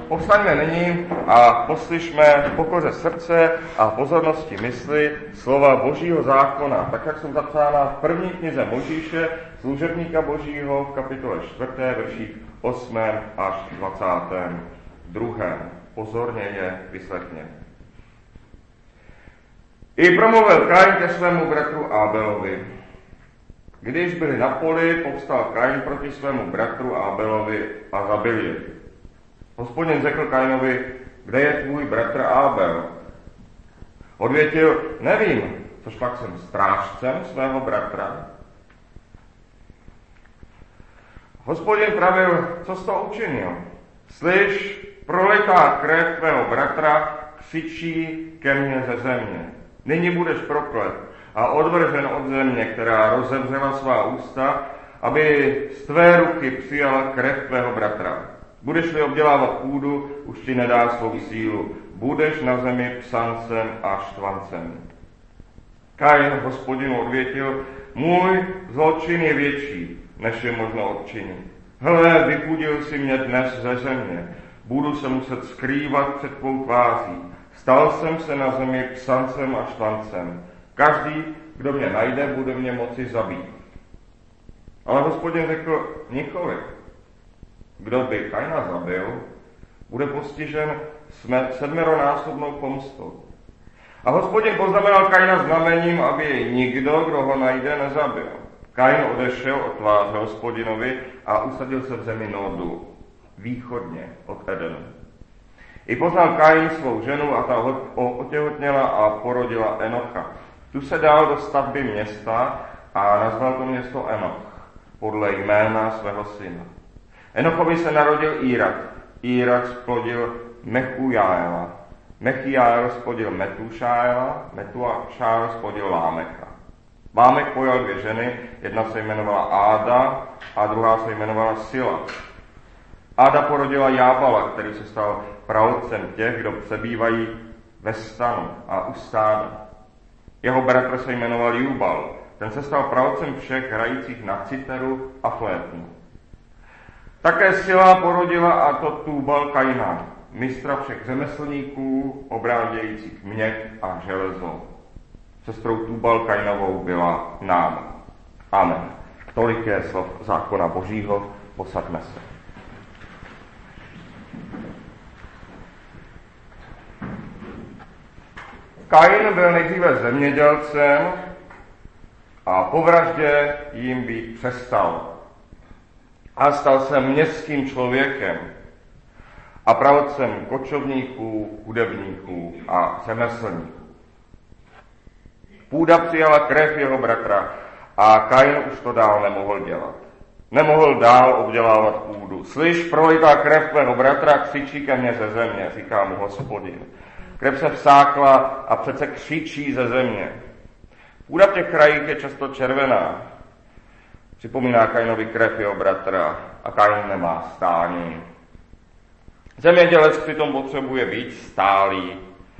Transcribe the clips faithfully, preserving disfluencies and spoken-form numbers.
povstaňme nyní a poslyšme v pokoře srdce a pozornosti mysli slova Božího zákona, tak jak jsou zapsána v první knize Mojžíše, služebníka Božího, v kapitole čtvrté, verších osmém až dvacátém druhém. Pozorně je vyslechněme. I promluvil Kain ke svému bratru Ábelovi. Když byli na poli, povstal Kain proti svému bratru Ábelovi a zabil jej. Hospodin řekl Kainovi, kde je tvůj bratr Ábel? Odvětil, nevím, což pak jsem strážcem svého bratra. Hospodin pravil, co jsi to učinil? Slyš, prolitá krev tvého bratra křičí ke mně ze země. Nyní budeš proklet a odvržen od země, která rozevřela svá ústa, aby z tvé ruky přijala krev tvého bratra. Budeš-li obdělávat půdu, už ti nedá svou sílu. Budeš na zemi psancem a štvancem. Kain Hospodinu odvětil, můj zločin je větší, než je možno odčinit. Hle, vypudil si mě dnes ze země. Budu se muset skrývat před tvou tváří. Stal jsem se na zemi psancem a štvancem. Každý, kdo mě najde, bude mě moci zabít. Ale Hospodin řekl, nikoli. Kdo by Kaina zabil, bude postižen sedmeronásobnou pomstou. A Hospodin poznamenal Kaina znamením, aby jej nikdo, kdo ho najde, nezabil. Kain odešel od tváře Hospodinovi a usadil se v zemi Nódu, východně od Edenu. I poznal Kain svou ženu a ta otěhotněla a porodila Enocha. Tu se dal do stavby města a nazval to město Enoch, podle jména svého syna. Enochovi se narodil Írak. Írak splodil Mechujáela. Mechijáel splodil Metušáela. Metušáel splodil Lámecha. Lámech pojal dvě ženy, jedna se jmenovala Áda a druhá se jmenovala Sila. Áda porodila Jábala, který se stal praotcem těch, kdo přebývají ve stanu a u stáda. Jeho bratr se jmenoval Júbal. Ten se stal praotcem všech hrajících na citeru a flétnu. Také Sila porodila a to Túbal Kaina, mistra všech řemeslníků, obrádějících měď a železo. Sestrou Túbal Kainovou byla Náma. Amen. Tolik je slov zákona Božího, posaďme se. Kain byl nejdříve zemědělcem a po vraždě jim být přestal. A stal se městským člověkem a praotcem kočovníků, hudebníků a řemeslníků. Půda přijala krev jeho bratra a Kain už to dál nemohl dělat. Nemohl dál obdělávat půdu. Slyš, prolitá krev tvého bratra křičí ke mně ze země, říká mu Hospodin. Krev se vsákla a přece křičí ze země. Půda v těch krajích je často červená. Připomíná Kainovi krev jeho bratra a Kain nemá stání. Zemědělec přitom potřebuje být stálý.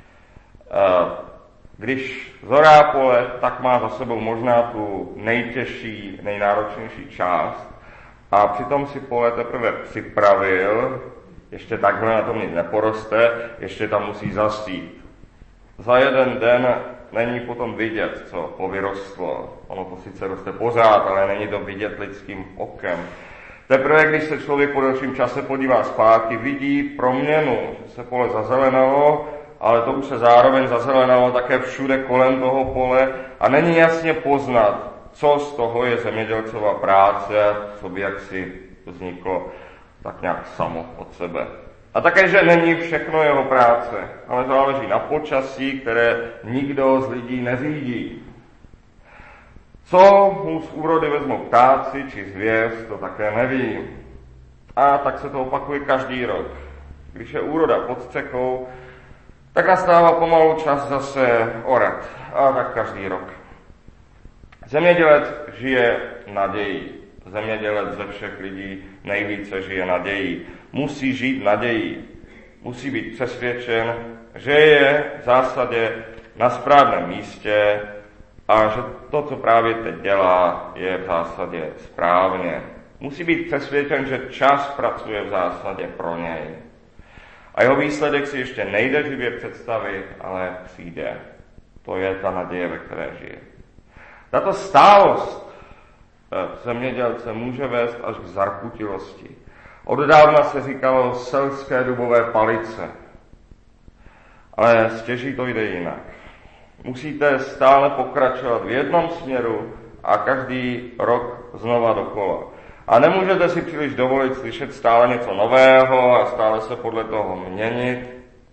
Když zorá pole, tak má za sebou možná tu nejtěžší, nejnáročnější část a přitom si pole teprve připravil, ještě takhle na tom nic neporoste, ještě tam musí zasít. Za jeden den není potom vidět, co povyrostlo. Ono to sice roste pořád, ale není to vidět lidským okem. Teprve, když se člověk po delším čase podívá zpátky, vidí proměnu, že se pole zazelenalo, ale to už se zároveň zazelenalo také všude kolem toho pole a není jasně poznat, co z toho je zemědělcova práce, co by jaksi vzniklo tak nějak samo od sebe. A také, že není všechno jeho práce, ale záleží na počasí, které nikdo z lidí neřídí. Co mu z úrody vezmou ptáci či zvěř, to také neví. A tak se to opakuje každý rok. Když je úroda pod střechou, tak nastává pomalu čas zase orat. A tak každý rok. Zemědělec žije nadějí. Zemědělec ze všech lidí nejvíce žije nadějí. Musí žít nadějí. Musí být přesvědčen, že je v zásadě na správném místě a že to, co právě teď dělá, je v zásadě správně. Musí být přesvědčen, že čas pracuje v zásadě pro něj. A jeho výsledek si ještě nejde živě představit, ale přijde. To je ta naděje, ve které žije. Tato stálost zemědělce může vést až k zarputilosti. Oddávna se říkalo selské dubové palice. Ale stěží to jde jinak. Musíte stále pokračovat v jednom směru a každý rok znova dokola. A nemůžete si příliš dovolit slyšet stále něco nového a stále se podle toho měnit.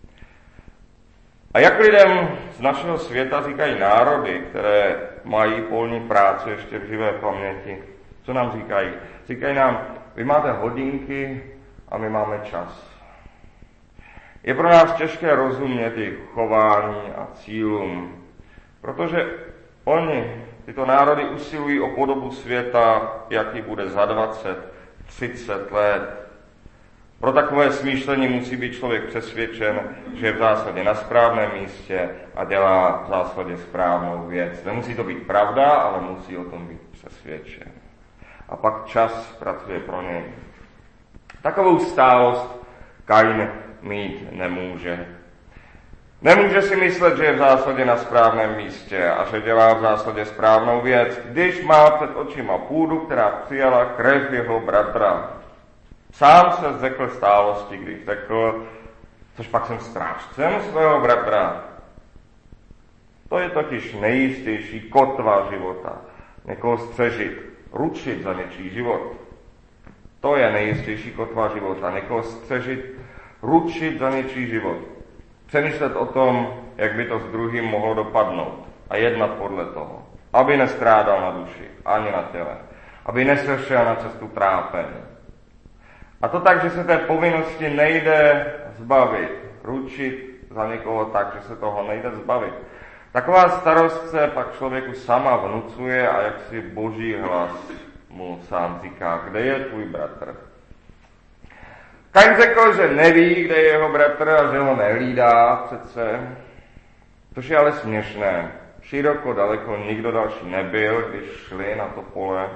A jak lidem z našeho světa říkají národy, které mají polní práci ještě v živé paměti, co nám říkají? Říkají nám, vy máte hodinky a my máme čas. Je pro nás těžké rozumět jejich chování a cílům, protože oni, tyto národy, usilují o podobu světa, jaký bude za dvacet, třicet let. Pro takové smýšlení musí být člověk přesvědčen, že je v zásadě na správném místě a dělá v zásadě správnou věc. Nemusí to být pravda, ale musí o tom být přesvědčen. A pak čas pracuje pro něj. Takovou stálost Kain mít nemůže. Nemůže si myslet, že je v zásadě na správném místě a že dělá v zásadě správnou věc, když má před očima půdu, která přijala krev jeho bratra. Sám se zřekl stálosti, když řekl, což pak jsem strážcem svého bratra. To je totiž nejistější kotva života. Někoho střežit, ručit za něčí život. To je nejistější kotva života. Někoho střežit, ručit za něčí život. Přemýšlet o tom, jak by to s druhým mohlo dopadnout a jednat podle toho, aby nestrádal na duši, ani na těle, aby nesešel na cestu trápení. A to tak, že se té povinnosti nejde zbavit, ručit za někoho tak, že se toho nejde zbavit. Taková starost se pak člověku sama vnucuje a jak si boží hlas mu sám říká, kde je tvůj bratr. Kain řekl, že neví, kde je jeho bratr a že ho nehlídá přece, což je ale směšné. Široko daleko nikdo další nebyl, když šli na to pole.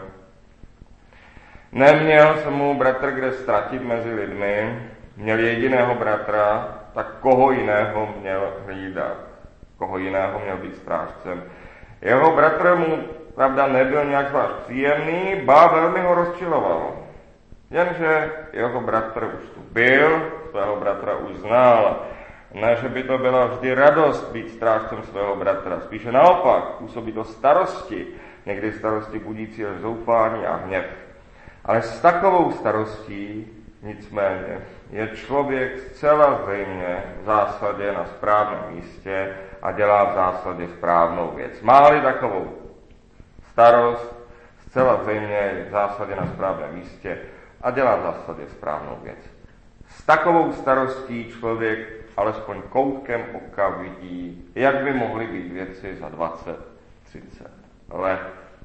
Neměl se mu bratr kde ztratit mezi lidmi, měl jediného bratra, tak koho jiného měl hlídat, koho jiného měl být strážcem. Jeho bratr mu, pravda, nebyl nějak zvlášť příjemný, ba velmi ho rozčiloval. Jenže jeho bratr už tu byl, svého bratra už znal. Ne, že by to byla vždy radost být strážcem svého bratra, spíše naopak, působí to starosti, někdy starosti budící až zoufání a hněv. Ale s takovou starostí, nicméně, je člověk zcela zřejmě v zásadě na správném místě a dělá v zásadě správnou věc. Má-li takovou starost, zcela zřejmě je v zásadě na správném místě a dělá v zásadě správnou věc. S takovou starostí člověk alespoň koutkem oka vidí, jak by mohly být věci za dvacet, třicet let.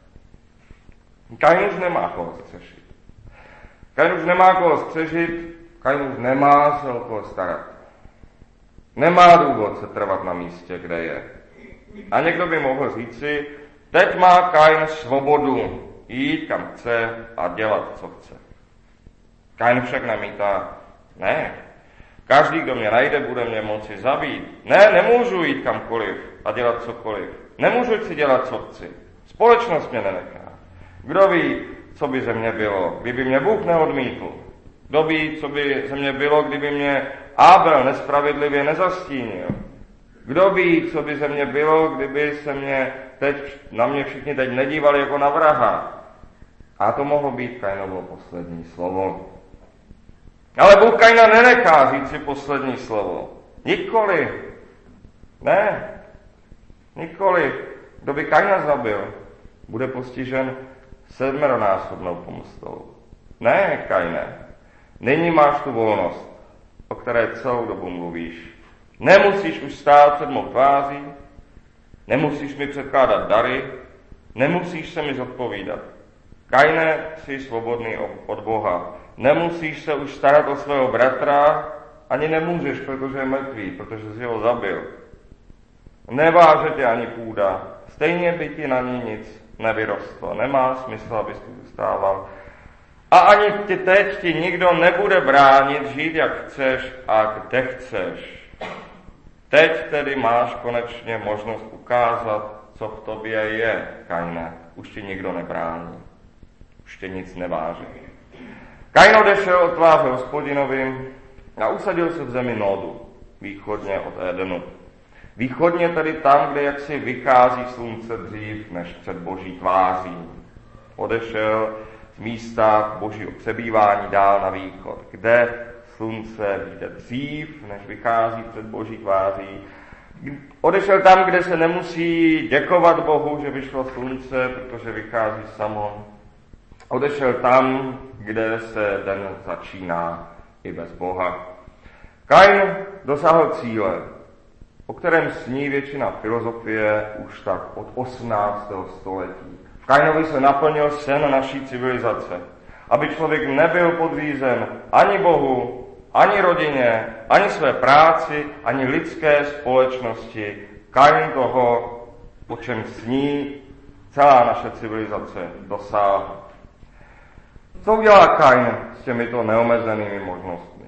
Kain už nemá koho střešit. Kain už nemá koho střežit, Kain už nemá se o koho starat. Nemá důvod se trvat na místě, kde je. A někdo by mohl říci, teď má Kain svobodu jít kam chce a dělat, co chce. Kain však namítá, ne, každý, kdo mě najde, bude mě moci zabít. Ne, nemůžu jít kamkoliv a dělat cokoliv. Nemůžu si dělat, co chci. Společnost mě nenechá. Kdo ví, co by ze mě bylo, kdyby mě Bůh neodmítl? Kdo ví, co by ze mě bylo, kdyby mě Ábel nespravedlivě nezastínil? Kdo ví, co by ze mě bylo, kdyby se mě teď, na mě všichni teď nedívali jako na vraha? A to mohlo být Kainovo poslední slovo. Ale Bůh Kaina nenechá říct si poslední slovo. Nikoli. Ne. Nikoli. Kdo by Kaina zabil, bude postižen sedmeronásobnou pomstou. Ne, Kaine. Nyní máš tu volnost, o které celou dobu mluvíš. Nemusíš už stát před mou tváří, nemusíš mi předkládat dary, nemusíš se mi zodpovídat. Kaine, jsi svobodný od Boha. Nemusíš se už starat o svého bratra, ani nemůžeš, protože je mrtvý, protože jsi ho zabil. Neváže tě ani půda, stejně by ti na ní nic nevyrostlo. Nemá smysl, abys tu zůstával. A ani ti teď ti nikdo nebude bránit žít, jak chceš a kde chceš. Teď tedy máš konečně možnost ukázat, co v tobě je, Kaine. Už ti nikdo nebrání. Už tě nic neváží. Kain odešel od tváře Hospodinovi a usadil se v zemi Nódu, východně od Édenu. Východně tedy tam, kde jaksi vychází slunce dřív, než před Boží tváří. Odešel z místa Božího přebývání dál na východ, kde slunce vyjde dřív, než vychází před Boží tváří. Odešel tam, kde se nemusí děkovat Bohu, že vyšlo slunce, protože vychází samo. Odešel tam, kde se den začíná i bez Boha. Kain dosáhl cíle, o kterém sní většina filozofie už tak od osmnáctého století. V Kainovi se naplnil sen naší civilizace, aby člověk nebyl podřízen ani Bohu, ani rodině, ani své práci, ani lidské společnosti. Kain toho, o čem sní celá naše civilizace, dosáhla. Co udělá Kain s těmito neomezenými možnostmi?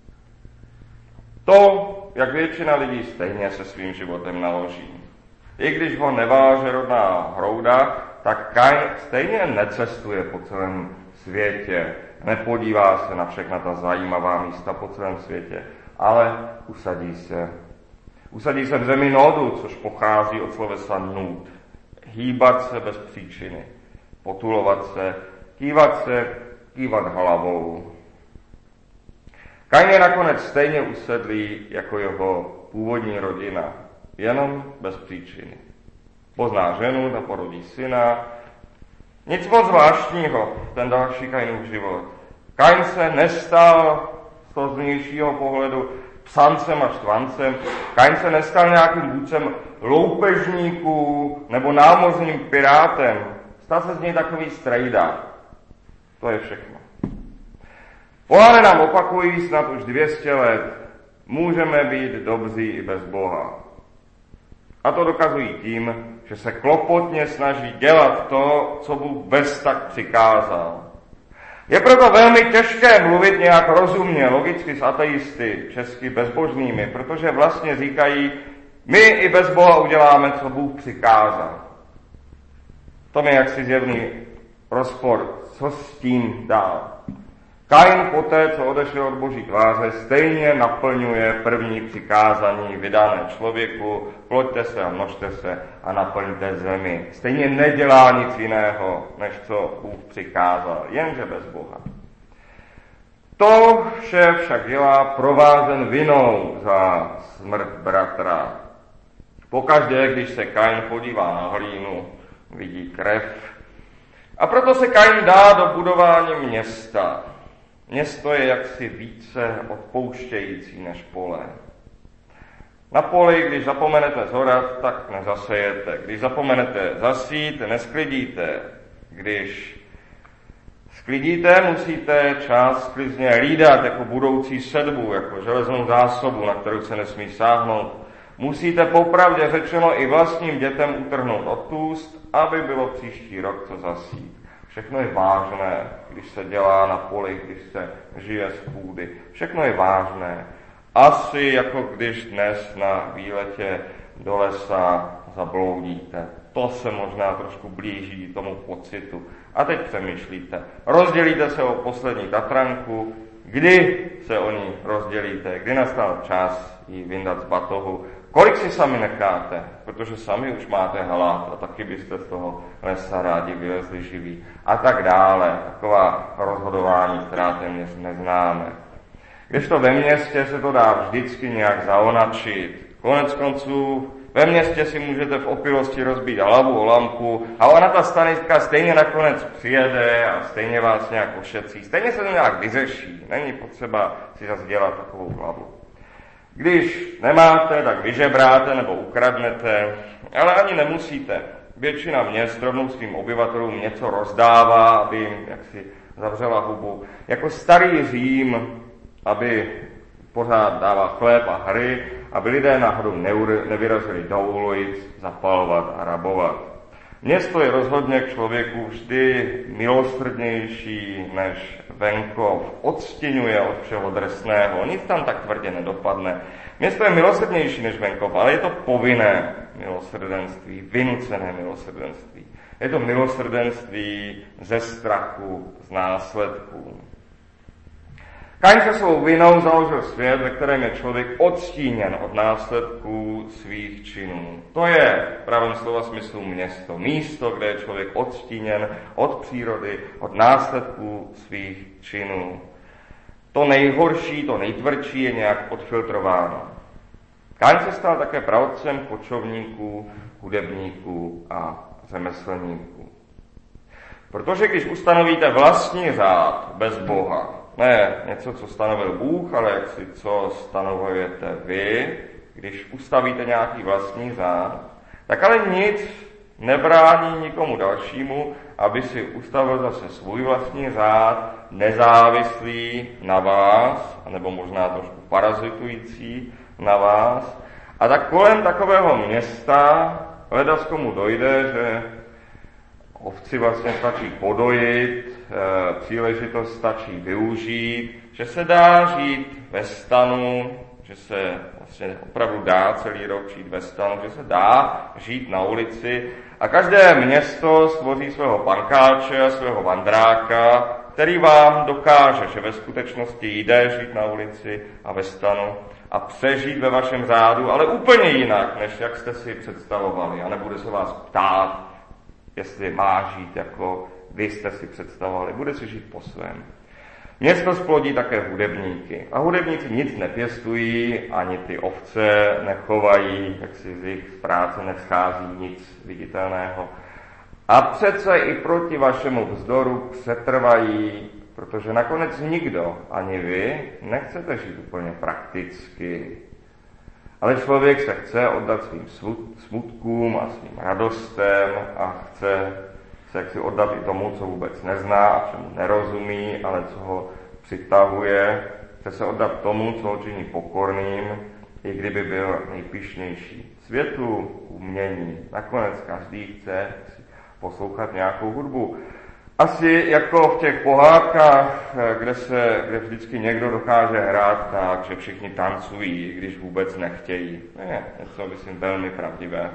To, jak většina lidí stejně se svým životem naloží. I když ho neváže rodná hrouda, tak Kain stejně necestuje po celém světě, nepodívá se na všechna ta zajímavá místa po celém světě, ale usadí se. Usadí se v zemi Nódu, což pochází od slovesa nůd. Hýbat se bez příčiny, potulovat se, kývat se, kývat hlavou. Kain je nakonec stejně usedlý jako jeho původní rodina, jenom bez příčiny. Pozná ženu, ta porodí syna. Nic moc zvláštního, ten další Kainův život. Kain se nestal z toho zvnějšího pohledu psancem a štvancem. Kain se nestal nějakým vůdcem loupežníků nebo námořním pirátem. Stal se z něj takový strejda. To je všechno. Pohány nám opakují snad už dvě stě let. Můžeme být dobří i bez Boha. A to dokazují tím, že se klopotně snaží dělat to, co Bůh bez tak přikázal. Je proto velmi těžké mluvit nějak rozumně, logicky s ateisty, česky bezbožnými, protože vlastně říkají, my i bez Boha uděláme, co Bůh přikázal. To je jaksi zjevný rozpor, co s tím dál. Kain poté, co odešel od Boží tváře, stejně naplňuje první přikázání vydané člověku, ploďte se a množte se a naplňte zemi. Stejně nedělá nic jiného, než co Bůh přikázal, jenže bez Boha. To vše však dělá provázen vinou za smrt bratra. Pokaždé, když se Kain podívá na hlínu, vidí krev. A proto se Kain dá do budování města. Město je jaksi více odpouštějící než pole. Na poli, když zapomenete zorat, tak nezasejete. Když zapomenete zasít, nesklidíte. Když sklidíte, musíte část sklizně hlídat jako budoucí sedbu, jako železnou zásobu, na kterou se nesmí sáhnout. Musíte popravdě řečeno i vlastním dětem utrhnout od úst, aby bylo příští rok co zasít. Všechno je vážné, když se dělá na poli, když se žije z půdy. Všechno je vážné. Asi jako když dnes na výletě do lesa zabloudíte. To se možná trošku blíží tomu pocitu. A teď přemýšlíte. Rozdělíte se o poslední Tatranku. Kdy se o ní rozdělíte? Kdy nastal čas ji vyndat z batohu? Kolik si sami necháte? Protože sami už máte hlad a taky byste z toho lesa rádi vylezli živí. A tak dále. Taková rozhodování, která téměř neznáme. Kdežto ve městě se to dá vždycky nějak zaonačit. Konec konců ve městě si můžete v opilosti rozbít hlavu o lampu a ona ta stanička stejně nakonec přijede a stejně vás nějak ošetří. Stejně se to nějak vyřeší. Není potřeba si zase dělat takovou hlavu. Když nemáte, tak vyžebráte nebo ukradnete, ale ani nemusíte. Většina měst rovnou svým obyvatelům něco rozdává, aby jim jaksi zavřela hubu. Jako starý Řím, aby pořád dával chléb a hry, aby lidé náhodou nevyrazili do ulic, zapalovat a rabovat. Město je rozhodně k člověku vždy milosrdnější než venkov. Odstěňuje od všeho drsného. Nic tam tak tvrdě nedopadne. Město je milosrdnější než venkov, ale je to povinné milosrdenství, vynucené milosrdenství. Je to milosrdenství ze strachu, z následků. Kain se svou vinou založil svět, ve kterém je člověk odstíněn od následků svých činů. To je v pravém slova smyslu město. Místo, kde je člověk odstíněn od přírody, od následků svých činů. To nejhorší, to nejtvrdší je nějak odfiltrováno. Kain se stal také praotcem kočovníků, hudebníků a řemeslníků. Protože když ustanovíte vlastní řád bez Boha, ne něco, co stanovil Bůh, ale jak si co stanovujete vy, když ustavíte nějaký vlastní řád, tak ale nic nebrání nikomu dalšímu, aby si ustavil zase svůj vlastní řád, nezávislý na vás, nebo možná trošku parazitující na vás. A tak kolem takového města ledas komu dojde, že ovci vlastně stačí podojit, e, příležitost stačí využít, že se dá žít ve stanu, že se vlastně opravdu dá celý rok žít ve stanu, že se dá žít na ulici a každé město stvoří svého pankáče, svého vandráka, který vám dokáže, že ve skutečnosti jde žít na ulici a ve stanu a přežít ve vašem řádu, ale úplně jinak, než jak jste si představovali. A nebude se vás ptát, jestli má žít, jako vy jste si představovali. Bude si žít po svém. Město splodí také hudebníky. A hudebníci nic nepěstují, ani ty ovce nechovají, jak si z jejich práce neschází nic viditelného. A přece i proti vašemu vzdoru přetrvají, protože nakonec nikdo, ani vy, nechcete žít úplně prakticky. Ale člověk se chce oddat svým smutkům a svým radostem a chce se jaksi oddat i tomu, co vůbec nezná a čemu nerozumí, ale co ho přitahuje. Chce se oddat tomu, co ho činí pokorným, i kdyby byl nejpyšnější. Světu, umění, nakonec každý chce poslouchat nějakou hudbu. Asi jako v těch pohádkách, kde, se, kde vždycky někdo dokáže hrát tak, že všichni tancují, když vůbec nechtějí. Je něco, myslím, velmi pravdivého.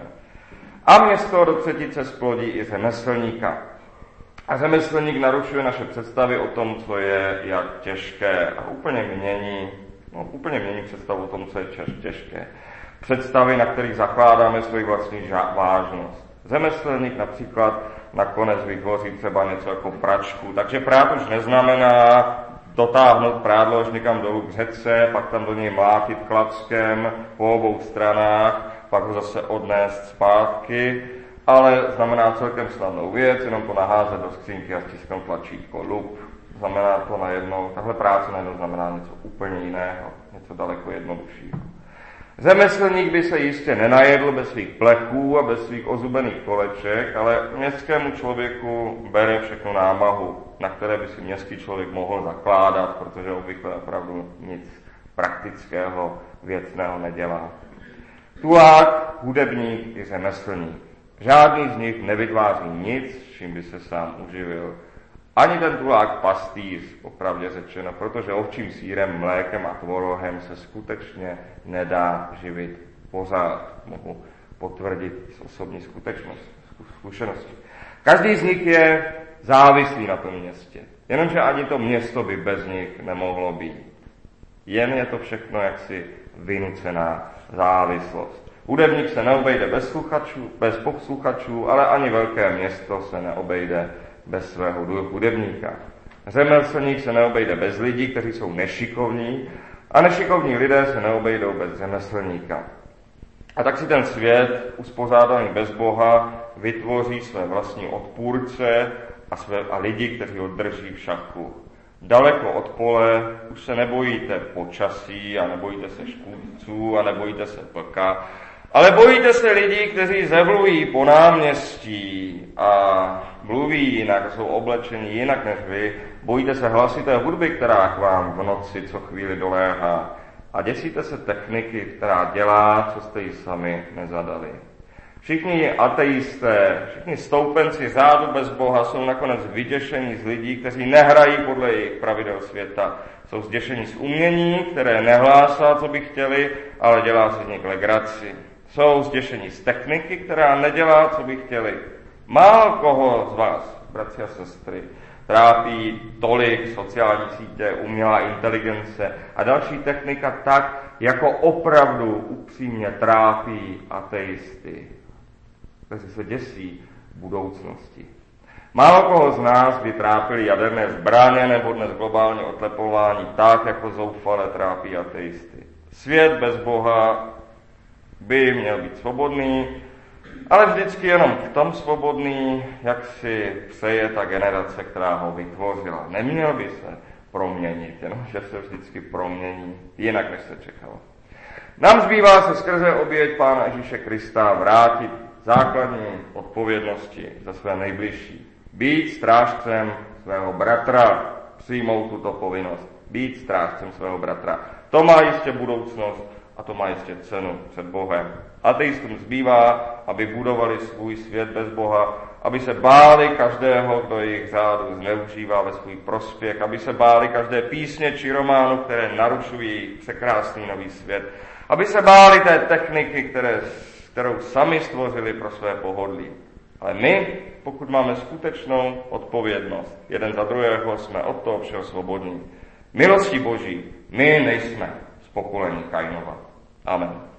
A město do třetice splodí i řemeslníka. A řemeslník narušuje naše představy o tom, co je jak těžké a úplně mění, no, úplně mění představu o tom, co je těžké. Představy, na kterých zakládáme svoji vlastní vážnost. Řemeslník například nakonec vytvoří třeba něco jako pračku. Takže prát už neznamená dotáhnout prádlo až někam dolů k řece, pak tam do něj mlátit klackem po obou stranách, pak ho zase odnést zpátky, ale znamená celkem snadnou věc, jenom to naházet do skřínky a stisknout tlačítko lup. Znamená to najednou, tahle práce najednou znamená něco úplně jiného, něco daleko jednoduššího. Řemeslník by se jistě nenajedl bez svých plechů a bez svých ozubených koleček, ale městskému člověku bere všechno námahu, na které by si městský člověk mohl zakládat, protože obvykle opravdu nic praktického, věcného nedělá. Tulák, hudebník i řemeslník. Žádný z nich nevytváří nic, čím by se sám uživil. Ani ten tulák pastýř, popravdě řečeno, protože ovčím sýrem, mlékem a tvorohem se skutečně nedá živit pořád. Mohu potvrdit z osobní zkušenosti. Každý z nich je závislý na tom městě. Jenomže ani to město by bez nich nemohlo být. Jen je to všechno jaksi vynucená závislost. Hudebník se neobejde bez sluchačů, bez posluchačů, ale ani velké město se neobejde bez svého hudebníka. Řemeslník se neobejde bez lidí, kteří jsou nešikovní, a nešikovní lidé se neobejdou bez řemeslníka. A tak si ten svět, uspořádaný bez Boha, vytvoří své vlastní odpůrce a, své, a lidi, kteří ho drží v šachu. Daleko od pole už se nebojíte počasí a nebojíte se škůdců a nebojíte se vlka, ale bojíte se lidí, kteří zevlují po náměstí a mluví jinak, jsou oblečení jinak než vy. Bojíte se hlasité hudby, která k vám v noci co chvíli doléhá. A děsíte se techniky, která dělá, co jste jí sami nezadali. Všichni ateisté, všichni stoupenci řádu bez Boha jsou nakonec vyděšení z lidí, kteří nehrají podle jejich pravidel světa. Jsou zděšení z umění, které nehlásá, co by chtěli, ale dělá si z nich legraci. Jsou zděšení z techniky, která nedělá, co by chtěli. Málo koho z vás, bratři a sestry, trápí tolik sociální sítě, umělá inteligence a další technika tak, jako opravdu upřímně trápí ateisty, kteří se děsí budoucnosti. Málo koho z nás by trápili jaderné zbraně nebo dnes globální oteplování tak, jako zoufale trápí ateisty. Svět bez Boha by měl být svobodný, ale vždycky jenom v tom svobodný, jak si přeje ta generace, která ho vytvořila. Neměl by se proměnit, jenomže se vždycky promění jinak, než se čekalo. Nám zbývá se skrze oběť Pána Ježíše Krista vrátit základní odpovědnosti za své nejbližší. Být strážcem svého bratra, přijmout tuto povinnost. Být strážcem svého bratra. To má jistě budoucnost a to má jistě cenu před Bohem. Ateistům zbývá, aby budovali svůj svět bez Boha, aby se báli každého, kdo jejich řádu zneužívá ve svůj prospěch, aby se báli každé písně či románu, které narušují jejich překrásný nový svět, aby se báli té techniky, které, kterou sami stvořili pro své pohodlí. Ale my, pokud máme skutečnou odpovědnost, jeden za druhého, jsme od toho všeho svobodní. Milostí Boží, my nejsme z pokolení Kainova. Amen.